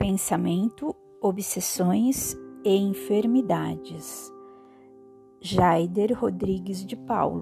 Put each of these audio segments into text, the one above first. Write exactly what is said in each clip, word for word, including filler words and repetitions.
Pensamento, obsessões e enfermidades. Jaider Rodrigues de Paulo.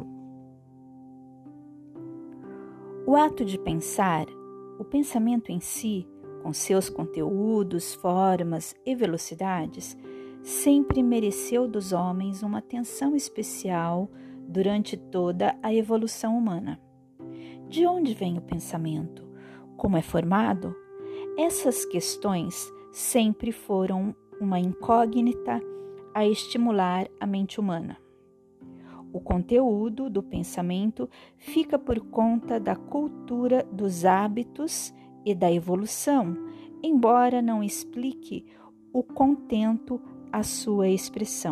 O ato de pensar, o pensamento em si, com seus conteúdos, formas e velocidades, sempre mereceu dos homens uma atenção especial durante toda a evolução humana. De onde vem o pensamento? Como é formado? Essas questões sempre foram uma incógnita a estimular a mente humana. O conteúdo do pensamento fica por conta da cultura, dos hábitos e da evolução, embora não explique o contento à sua expressão.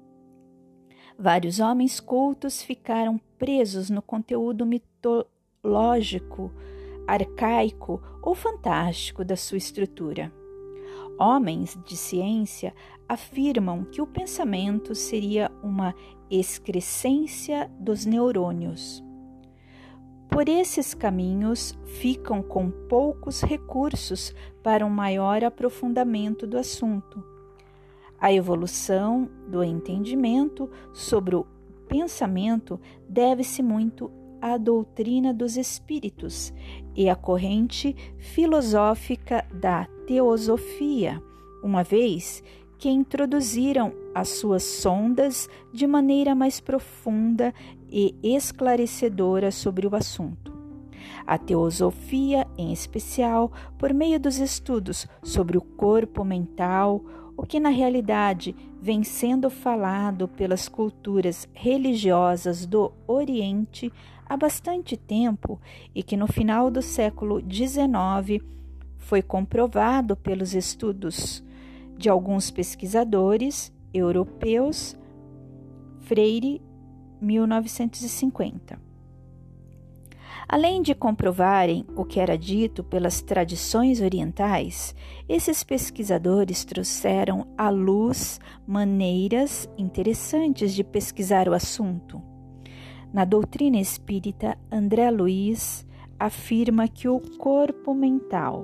Vários homens cultos ficaram presos no conteúdo mitológico, arcaico ou fantástico da sua estrutura. Homens de ciência afirmam que o pensamento seria uma excrescência dos neurônios. Por esses caminhos, ficam com poucos recursos para um maior aprofundamento do assunto. A evolução do entendimento sobre o pensamento deve-se muito à doutrina dos espíritos e à corrente filosófica da teosofia, uma vez que introduziram as suas sondas de maneira mais profunda e esclarecedora sobre o assunto. A teosofia, em especial, por meio dos estudos sobre o corpo mental, o que na realidade vem sendo falado pelas culturas religiosas do Oriente há bastante tempo e que no final do século dezenove foi comprovado pelos estudos de alguns pesquisadores europeus, Freire, mil novecentos e cinquenta. Além de comprovarem o que era dito pelas tradições orientais, esses pesquisadores trouxeram à luz maneiras interessantes de pesquisar o assunto. Na doutrina espírita, André Luiz afirma que o corpo mental,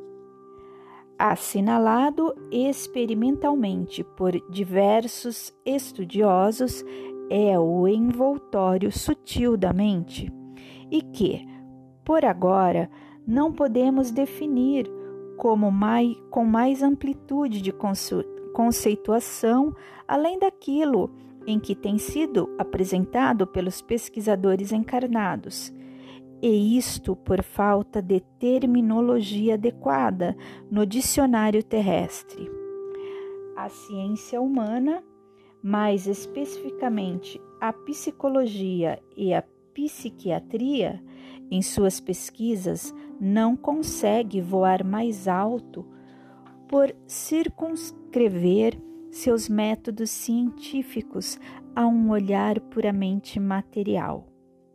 assinalado experimentalmente por diversos estudiosos, é o envoltório sutil da mente e que, por agora, não podemos definir como mais, com mais amplitude de conceituação além daquilo em que tem sido apresentado pelos pesquisadores encarnados, e isto por falta de terminologia adequada no dicionário terrestre. A ciência humana, mais especificamente a psicologia e a psiquiatria, em suas pesquisas, não consegue voar mais alto por circunscrever seus métodos científicos a um olhar puramente material.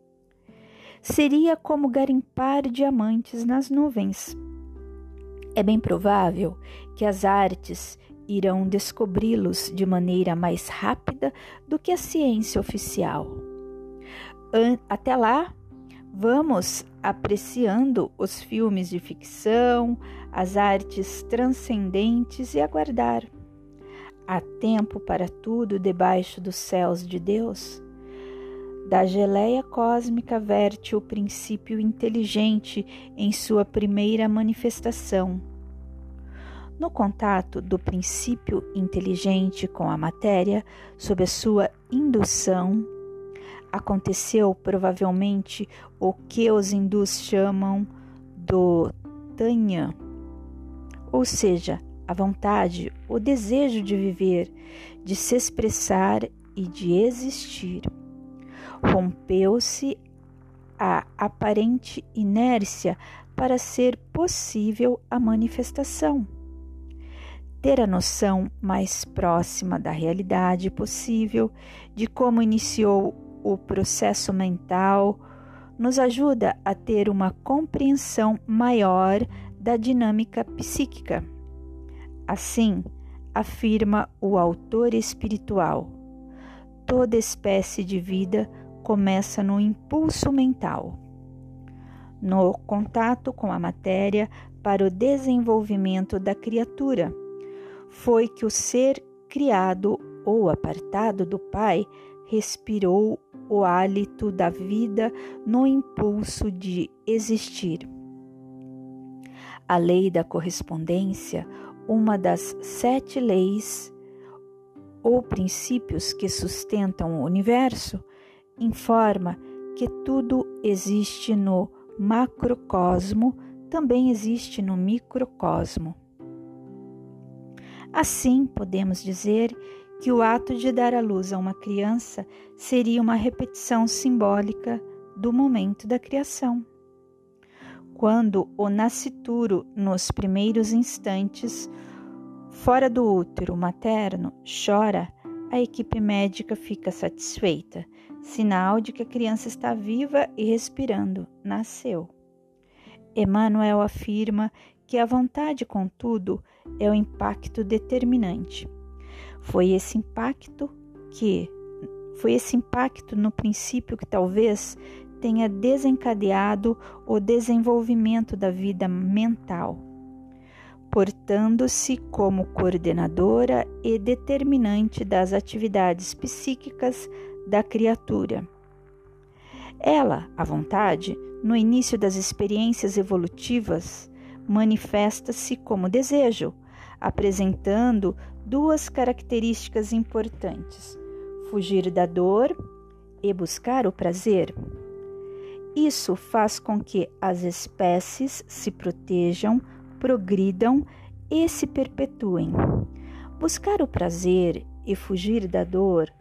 Seria como garimpar diamantes nas nuvens. É bem provável que as artes irão descobri-los de maneira mais rápida do que a ciência oficial. Até lá, vamos apreciando os filmes de ficção, as artes transcendentes e aguardar. Há tempo para tudo debaixo dos céus de Deus. Da geleia cósmica verte o princípio inteligente em sua primeira manifestação. No contato do princípio inteligente com a matéria, sob a sua indução, aconteceu provavelmente o que os hindus chamam do Tanya, ou seja, a vontade, o desejo de viver, de se expressar e de existir. Rompeu-se a aparente inércia para ser possível a manifestação. Ter a noção mais próxima da realidade possível, de como iniciou o processo mental, nos ajuda a ter uma compreensão maior da dinâmica psíquica. Assim, afirma o autor espiritual, toda espécie de vida começa no impulso mental. no contato com a matéria para o desenvolvimento da criatura. Foi que o ser criado ou apartado do Pai respirou o hálito da vida no impulso de existir. A lei da correspondência, uma das sete leis ou princípios que sustentam o universo, informa que tudo existe no macrocosmo, também existe no microcosmo. Assim, podemos dizer que o ato de dar à luz a uma criança seria uma repetição simbólica do momento da criação. Quando o nascituro, nos primeiros instantes, fora do útero materno, chora, a equipe médica fica satisfeita, sinal de que a criança está viva e respirando, nasceu. Emmanuel afirma que a vontade, contudo, é o impacto determinante. Foi esse impacto que, foi esse impacto no princípio que talvez tenha desencadeado o desenvolvimento da vida mental, portando-se como coordenadora e determinante das atividades psíquicas da criatura. Ela, a vontade, no início das experiências evolutivas, manifesta-se como desejo, apresentando duas características importantes: fugir da dor e buscar o prazer. Isso faz com que as espécies se protejam, progridam e se perpetuem. Buscar o prazer e fugir da dor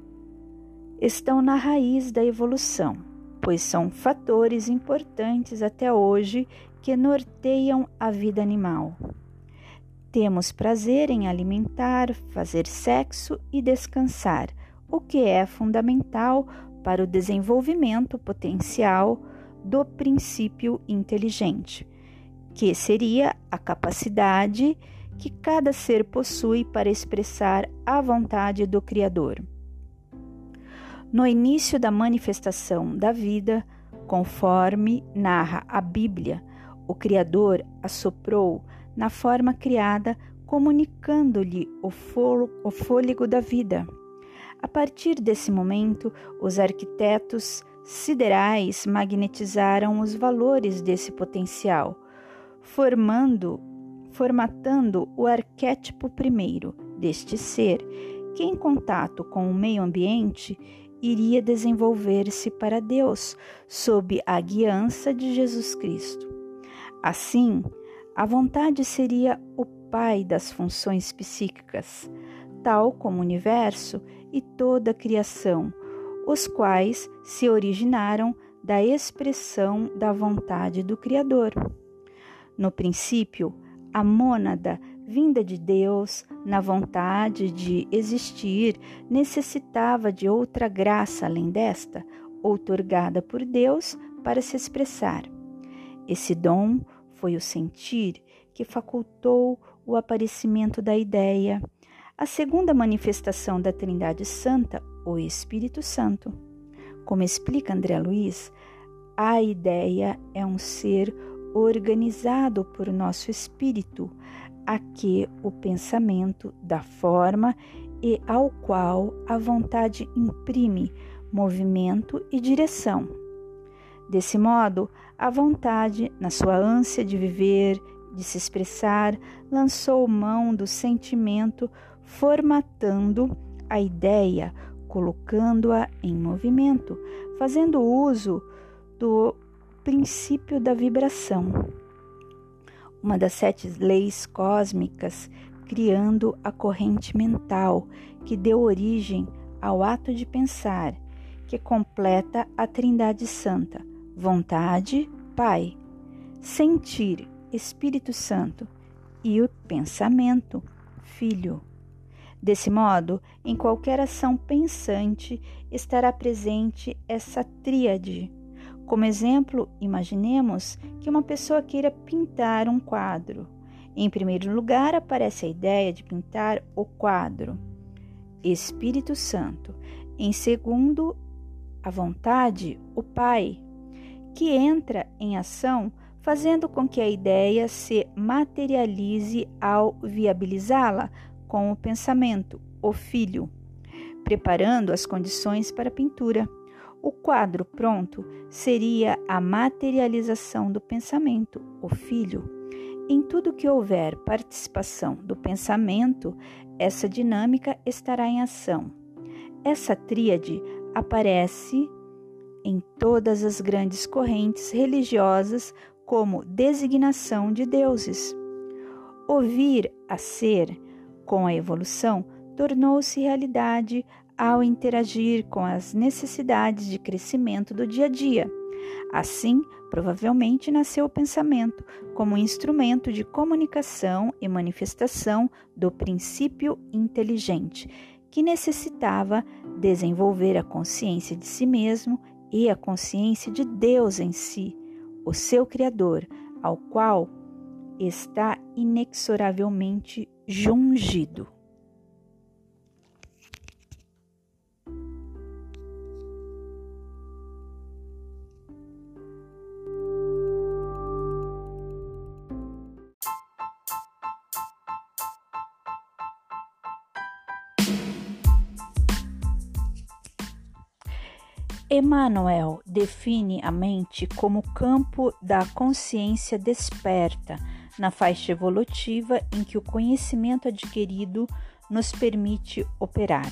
estão na raiz da evolução, pois são fatores importantes até hoje que norteiam a vida animal. Temos prazer em alimentar, fazer sexo e descansar, o que é fundamental para o desenvolvimento potencial do princípio inteligente, que seria a capacidade que cada ser possui para expressar a vontade do Criador. No início da manifestação da vida, conforme narra a Bíblia, o Criador assoprou na forma criada, comunicando-lhe o fôlego da vida. A partir desse momento, os arquitetos siderais magnetizaram os valores desse potencial, formando, formatando o arquétipo primeiro deste ser, que em contato com o meio ambiente iria desenvolver-se para Deus, sob a guiança de Jesus Cristo. Assim, a vontade seria o pai das funções psíquicas, tal como o universo e toda a criação, os quais se originaram da expressão da vontade do Criador. No princípio, a mônada, vinda de Deus, na vontade de existir, necessitava de outra graça além desta, outorgada por Deus para se expressar. Esse dom foi o sentir que facultou o aparecimento da ideia, a segunda manifestação da Trindade Santa, o Espírito Santo. Como explica André Luiz, a ideia é um ser organizado por nosso espírito, a que o pensamento dá forma e ao qual a vontade imprime movimento e direção. Desse modo, a vontade, na sua ânsia de viver, de se expressar, lançou mão do sentimento, formatando a ideia, colocando-a em movimento, fazendo uso do princípio da vibração, uma das sete leis cósmicas, criando a corrente mental que deu origem ao ato de pensar, que completa a Trindade Santa: vontade, Pai, sentir, Espírito Santo, e o pensamento, Filho. Desse modo, em qualquer ação pensante estará presente essa tríade. Como exemplo, imaginemos que uma pessoa queira pintar um quadro. Em primeiro lugar, aparece a ideia de pintar o quadro, Espírito Santo. Em segundo, a vontade, o Pai, que entra em ação, fazendo com que a ideia se materialize ao viabilizá-la com o pensamento, o filho, preparando as condições para a pintura. O quadro pronto seria a materialização do pensamento, o filho. Em tudo que houver participação do pensamento, essa dinâmica estará em ação. Essa tríade aparece em todas as grandes correntes religiosas como designação de deuses. O vir a ser, com a evolução, tornou-se realidade ao interagir com as necessidades de crescimento do dia a dia. Assim, provavelmente nasceu o pensamento como instrumento de comunicação e manifestação do princípio inteligente, que necessitava desenvolver a consciência de si mesmo e a consciência de Deus em si, o seu Criador, ao qual está inexoravelmente jungido. Emmanuel define a mente como campo da consciência desperta, na faixa evolutiva em que o conhecimento adquirido nos permite operar.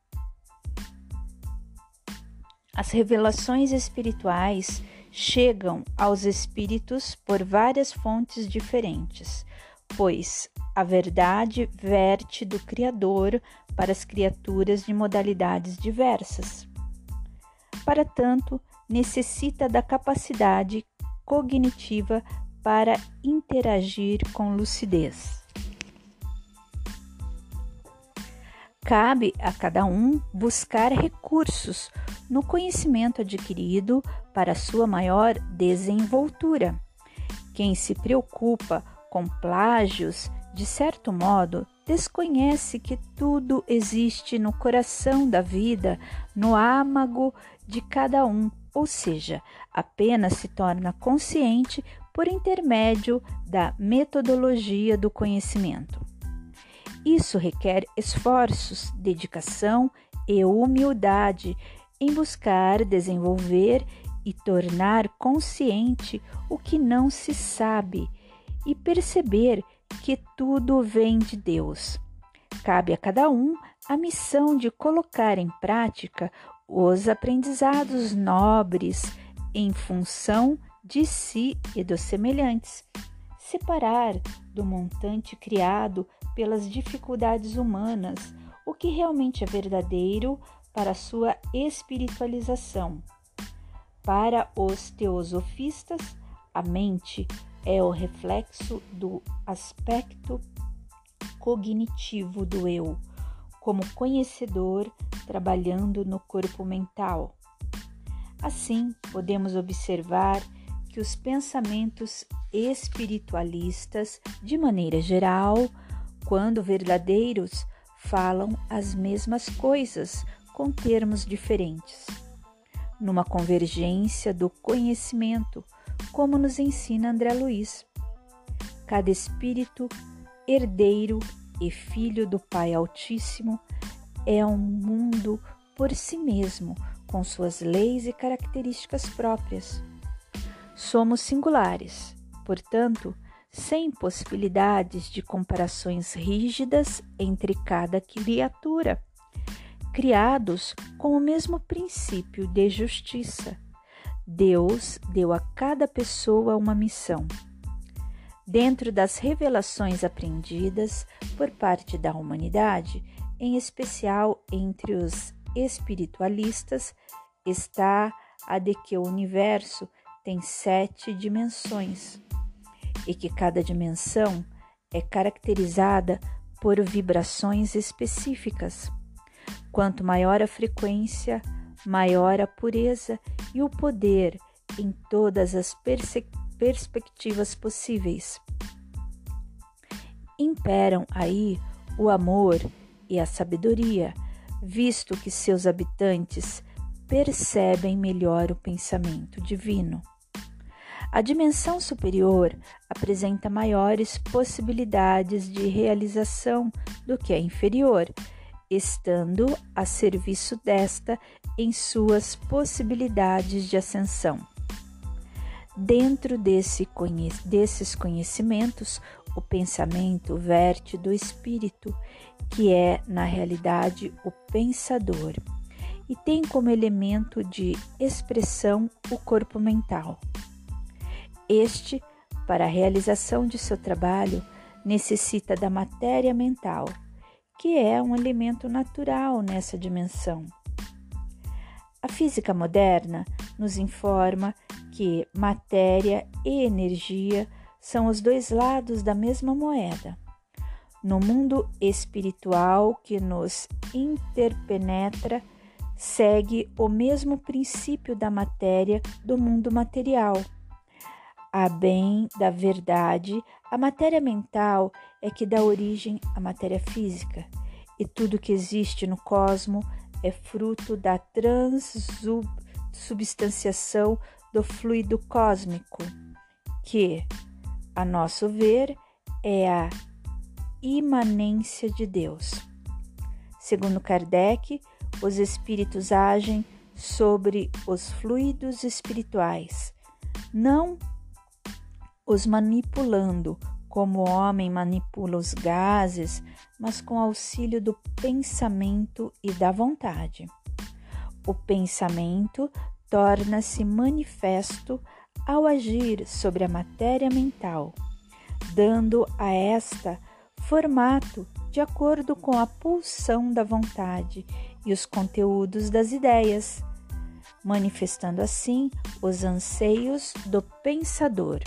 As revelações espirituais chegam aos espíritos por várias fontes diferentes, pois a verdade verte do Criador para as criaturas de modalidades diversas. Para tanto, necessita da capacidade cognitiva para interagir com lucidez. Cabe a cada um buscar recursos no conhecimento adquirido para sua maior desenvoltura. Quem se preocupa com plágios, de certo modo, desconhece que tudo existe no coração da vida, no âmago de cada um, ou seja, apenas se torna consciente por intermédio da metodologia do conhecimento. Isso requer esforços, dedicação e humildade em buscar desenvolver e tornar consciente o que não se sabe e perceber que tudo vem de Deus. Cabe a cada um a missão de colocar em prática os aprendizados nobres em função de si e dos semelhantes, separar do montante criado pelas dificuldades humanas o que realmente é verdadeiro para sua espiritualização. Para os teosofistas, a mente é o reflexo do aspecto cognitivo do eu, como conhecedor trabalhando no corpo mental. Assim, podemos observar que os pensamentos espiritualistas, de maneira geral, quando verdadeiros, falam as mesmas coisas com termos diferentes, numa convergência do conhecimento, como nos ensina André Luiz. Cada espírito, herdeiro e filho do Pai Altíssimo, é um mundo por si mesmo, com suas leis e características próprias. Somos singulares, portanto, sem possibilidades de comparações rígidas entre cada criatura, criados com o mesmo princípio de justiça. Deus deu a cada pessoa uma missão. Dentro das revelações aprendidas por parte da humanidade, em especial entre os espiritualistas, está a de que o universo tem sete dimensões e que cada dimensão é caracterizada por vibrações específicas. Quanto maior a frequência, maior a pureza e o poder em todas as perse- perspectivas possíveis. Imperam aí o amor e a sabedoria, visto que seus habitantes percebem melhor o pensamento divino. A dimensão superior apresenta maiores possibilidades de realização do que a inferior, estando a serviço desta em suas possibilidades de ascensão. Dentro desse conhe- desses conhecimentos, o pensamento verte do espírito, que é, na realidade, o pensador, e tem como elemento de expressão o corpo mental. Este, para a realização de seu trabalho, necessita da matéria mental, que é um elemento natural nessa dimensão. A física moderna nos informa que matéria e energia são os dois lados da mesma moeda. No mundo espiritual que nos interpenetra, segue o mesmo princípio da matéria do mundo material. A bem da verdade, a matéria mental é que dá origem à matéria física, e tudo que existe no cosmos é fruto da transubstanciação do fluido cósmico, que, a nosso ver, é a imanência de Deus. Segundo Kardec, os espíritos agem sobre os fluidos espirituais, não os manipulando como o homem manipula os gases, mas com auxílio do pensamento e da vontade. O pensamento torna-se manifesto ao agir sobre a matéria mental, dando a esta formato de acordo com a pulsão da vontade e os conteúdos das ideias, manifestando assim os anseios do pensador.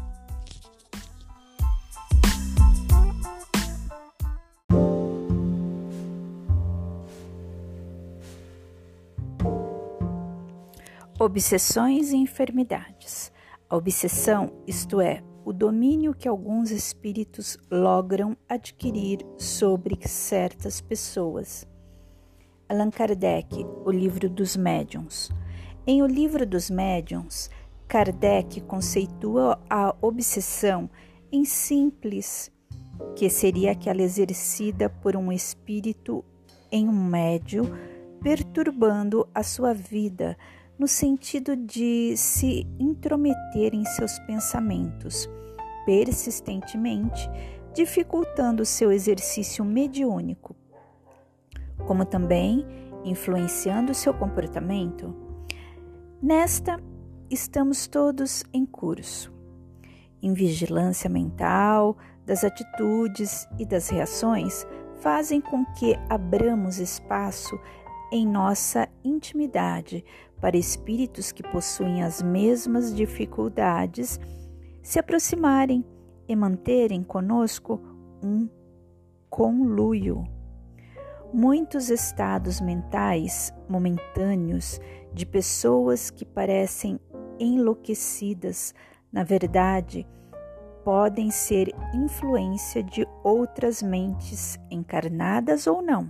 Obsessões e enfermidades. A obsessão, isto é, o domínio que alguns espíritos logram adquirir sobre certas pessoas. Allan Kardec, O Livro dos Médiuns. Em O Livro dos Médiuns, Kardec conceitua a obsessão em simples, que seria aquela exercida por um espírito em um médium, perturbando a sua vida, no sentido de se intrometer em seus pensamentos, persistentemente, dificultando seu exercício mediúnico, como também influenciando seu comportamento. Nesta, estamos todos em curso, em vigilância mental, das atitudes e das reações, fazem com que abramos espaço em nossa intimidade para espíritos que possuem as mesmas dificuldades se aproximarem e manterem conosco um conluio. Muitos estados mentais momentâneos de pessoas que parecem enlouquecidas, na verdade, podem ser influência de outras mentes encarnadas ou não.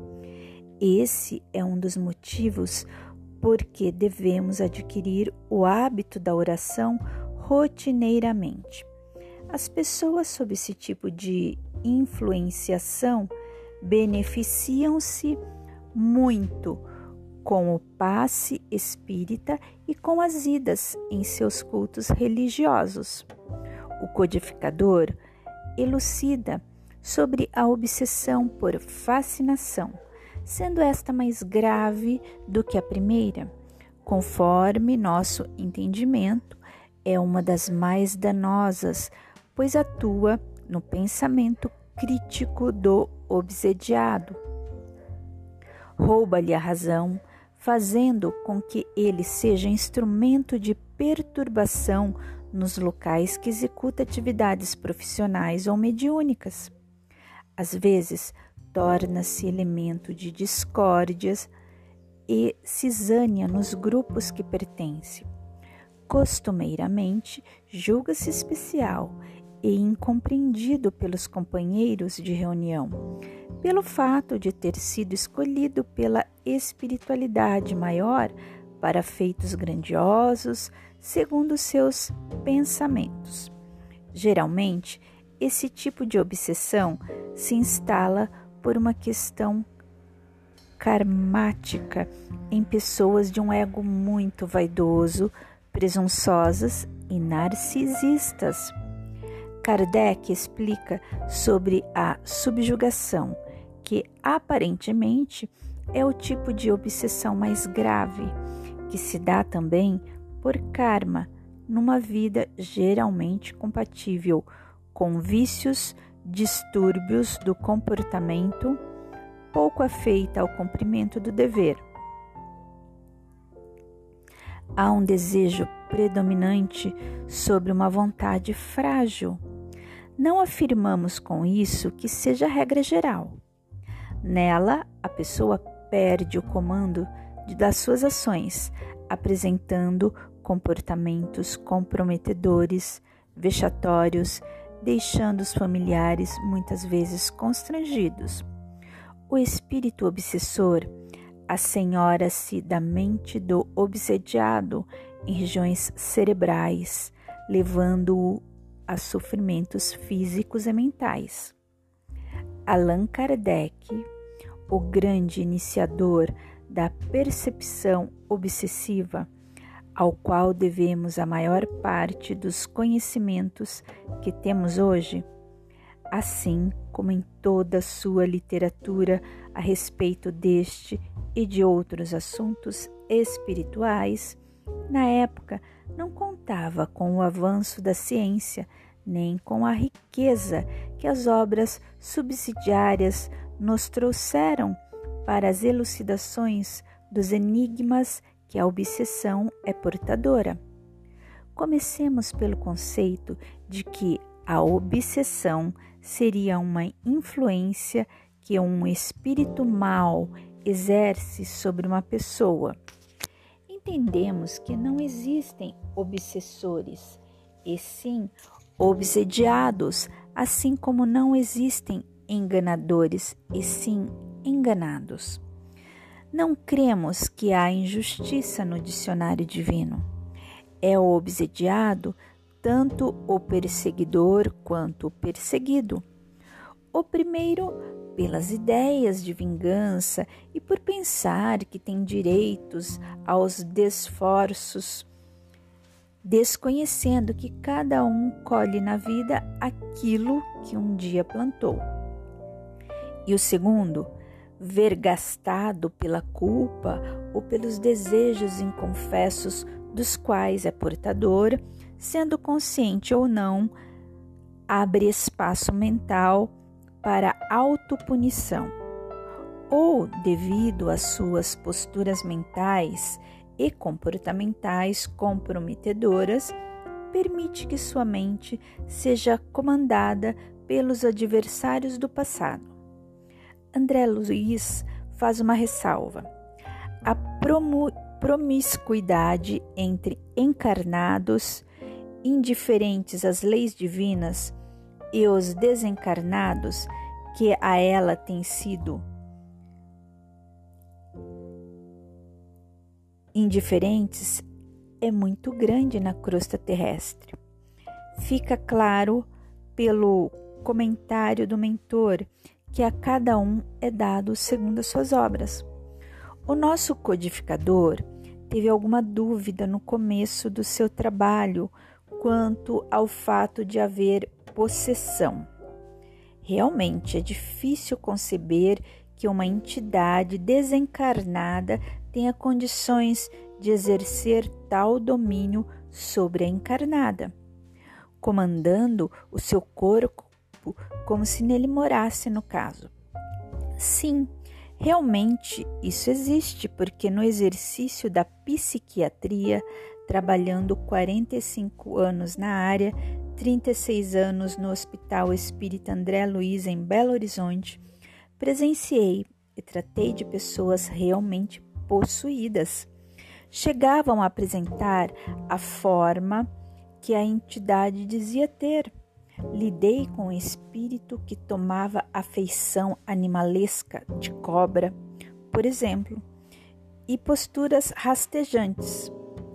Esse é um dos motivos porque devemos adquirir o hábito da oração rotineiramente. As pessoas sob esse tipo de influenciação beneficiam-se muito com o passe espírita e com as idas em seus cultos religiosos. O codificador elucida sobre a obsessão por fascinação, sendo esta mais grave do que a primeira, conforme nosso entendimento, é uma das mais danosas, pois atua no pensamento crítico do obsediado. Rouba-lhe a razão, fazendo com que ele seja instrumento de perturbação nos locais que executa atividades profissionais ou mediúnicas. Às vezes, torna-se elemento de discórdias e cisânia nos grupos que pertence. Costumeiramente, julga-se especial e incompreendido pelos companheiros de reunião, pelo fato de ter sido escolhido pela espiritualidade maior para feitos grandiosos segundo seus pensamentos. Geralmente, esse tipo de obsessão se instala por uma questão karmática em pessoas de um ego muito vaidoso, presunçosas e narcisistas. Kardec explica sobre a subjugação, que aparentemente é o tipo de obsessão mais grave, que se dá também por karma, numa vida geralmente compatível com vícios, distúrbios do comportamento, pouco afeita ao cumprimento do dever. Há um desejo predominante sobre uma vontade frágil. Não afirmamos com isso que seja regra geral. Nela, a pessoa perde o comando de, das suas ações, apresentando comportamentos comprometedores, vexatórios, deixando os familiares muitas vezes constrangidos. O espírito obsessor assenhora-se da mente do obsediado em regiões cerebrais, levando-o a sofrimentos físicos e mentais. Allan Kardec, o grande iniciador da percepção obsessiva, ao qual devemos a maior parte dos conhecimentos que temos hoje, assim como em toda a sua literatura a respeito deste e de outros assuntos espirituais, na época não contava com o avanço da ciência, nem com a riqueza que as obras subsidiárias nos trouxeram para as elucidações dos enigmas que a obsessão é portadora. Comecemos pelo conceito de que a obsessão seria uma influência que um espírito mau exerce sobre uma pessoa. Entendemos que não existem obsessores, e sim obsediados, assim como não existem enganadores, e sim enganados. Não cremos que há injustiça no dicionário divino. É o obsediado tanto o perseguidor quanto o perseguido. O primeiro, pelas ideias de vingança e por pensar que tem direitos aos desforços, desconhecendo que cada um colhe na vida aquilo que um dia plantou. E o segundo, vergastado pela culpa ou pelos desejos inconfessos dos quais é portador, sendo consciente ou não, abre espaço mental para autopunição, ou devido às suas posturas mentais e comportamentais comprometedoras, permite que sua mente seja comandada pelos adversários do passado. André Luiz faz uma ressalva. A promu- promiscuidade entre encarnados, indiferentes às leis divinas, e os desencarnados, que a ela têm sido indiferentes, é muito grande na crosta terrestre. Fica claro pelo comentário do mentor que a cada um é dado segundo as suas obras. O nosso codificador teve alguma dúvida no começo do seu trabalho quanto ao fato de haver possessão. Realmente é difícil conceber que uma entidade desencarnada tenha condições de exercer tal domínio sobre a encarnada, comandando o seu corpo como se nele morasse, no caso. Sim, realmente isso existe, porque no exercício da psiquiatria, trabalhando quarenta e cinco anos na área, trinta e seis anos no Hospital Espírita André Luiz, em Belo Horizonte, presenciei e tratei de pessoas realmente possuídas. Chegavam a apresentar a forma que a entidade dizia ter. Lidei com um espírito que tomava a feição animalesca de cobra, por exemplo, e posturas rastejantes.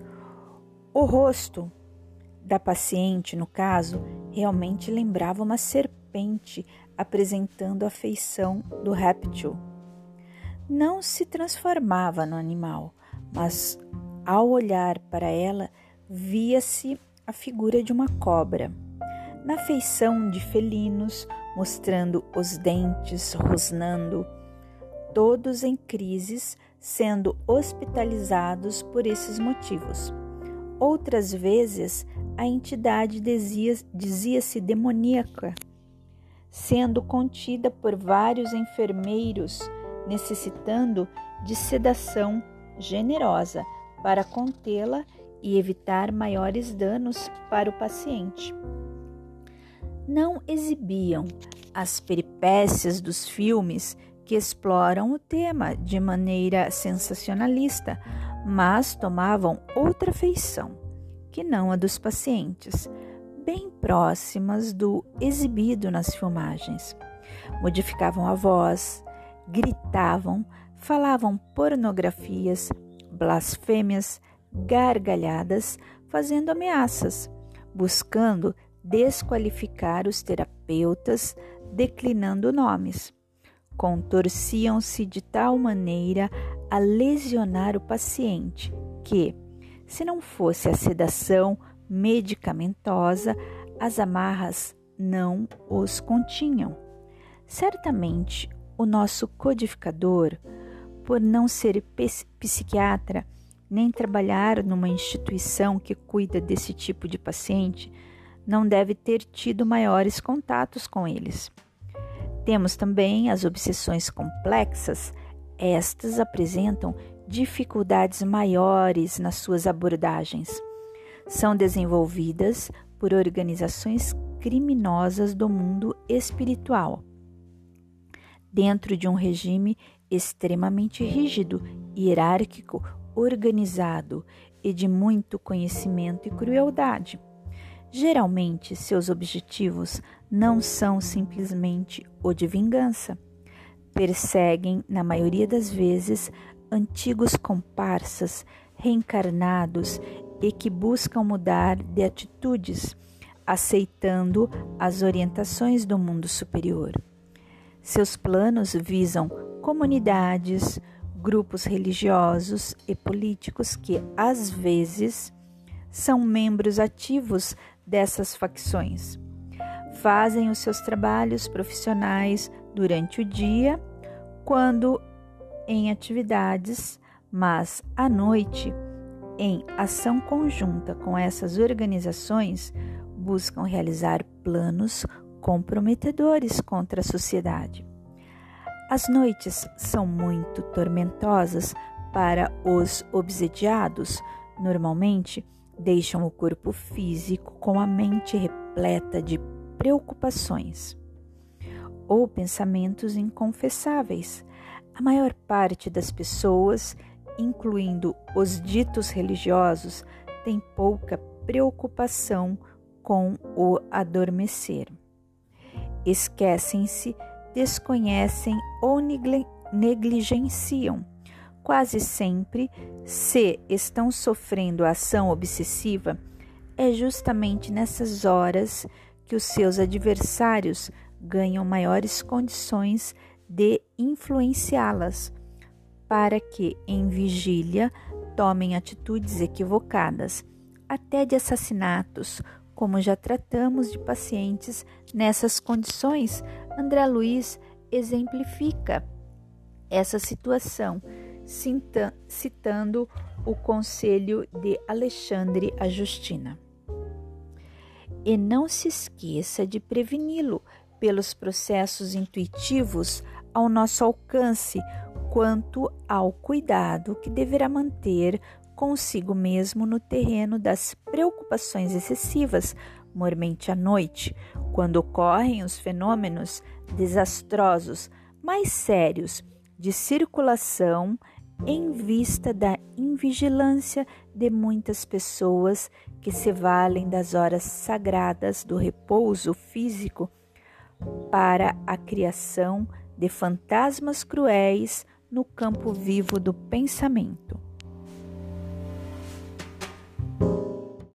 O rosto da paciente, no caso, realmente lembrava uma serpente apresentando a feição do réptil. Não se transformava no animal, mas ao olhar para ela, via-se a figura de uma cobra. Na feição de felinos, mostrando os dentes, rosnando, todos em crises, sendo hospitalizados por esses motivos. Outras vezes, a entidade dizia, dizia-se demoníaca, sendo contida por vários enfermeiros, necessitando de sedação generosa para contê-la e evitar maiores danos para o paciente. Não exibiam as peripécias dos filmes que exploram o tema de maneira sensacionalista, mas tomavam outra feição, que não a dos pacientes, bem próximas do exibido nas filmagens. Modificavam a voz, gritavam, falavam pornografias, blasfêmias, gargalhadas, fazendo ameaças, buscando desqualificar os terapeutas, declinando nomes. Contorciam-se de tal maneira a lesionar o paciente que, se não fosse a sedação medicamentosa, as amarras não os continham. Certamente, o nosso codificador, por não ser psiquiatra, nem trabalhar numa instituição que cuida desse tipo de paciente, não deve ter tido maiores contatos com eles. Temos também as obsessões complexas. Estas apresentam dificuldades maiores nas suas abordagens. São desenvolvidas por organizações criminosas do mundo espiritual, dentro de um regime extremamente rígido, hierárquico, organizado e de muito conhecimento e crueldade. Geralmente, seus objetivos não são simplesmente o de vingança. Perseguem, na maioria das vezes, antigos comparsas reencarnados e que buscam mudar de atitudes, aceitando as orientações do mundo superior. Seus planos visam comunidades, grupos religiosos e políticos que, às vezes, são membros ativos dessas facções. Fazem os seus trabalhos profissionais durante o dia, quando em atividades, mas à noite, em ação conjunta com essas organizações, buscam realizar planos comprometedores contra a sociedade. As noites são muito tormentosas para os obsediados. Normalmente, deixam o corpo físico com a mente repleta de preocupações ou pensamentos inconfessáveis. A maior parte das pessoas, incluindo os ditos religiosos, tem pouca preocupação com o adormecer. Esquecem-se, desconhecem ou negligenciam. Quase sempre, se estão sofrendo a ação obsessiva, é justamente nessas horas que os seus adversários ganham maiores condições de influenciá-las, para que, em vigília, tomem atitudes equivocadas, até de assassinatos, como já tratamos de pacientes nessas condições. André Luiz exemplifica essa situação, citando o conselho de Alexandre a Justina. E não se esqueça de preveni-lo pelos processos intuitivos ao nosso alcance, quanto ao cuidado que deverá manter consigo mesmo no terreno das preocupações excessivas, mormente à noite, quando ocorrem os fenômenos desastrosos mais sérios de circulação, em vista da invigilância de muitas pessoas que se valem das horas sagradas do repouso físico para a criação de fantasmas cruéis no campo vivo do pensamento.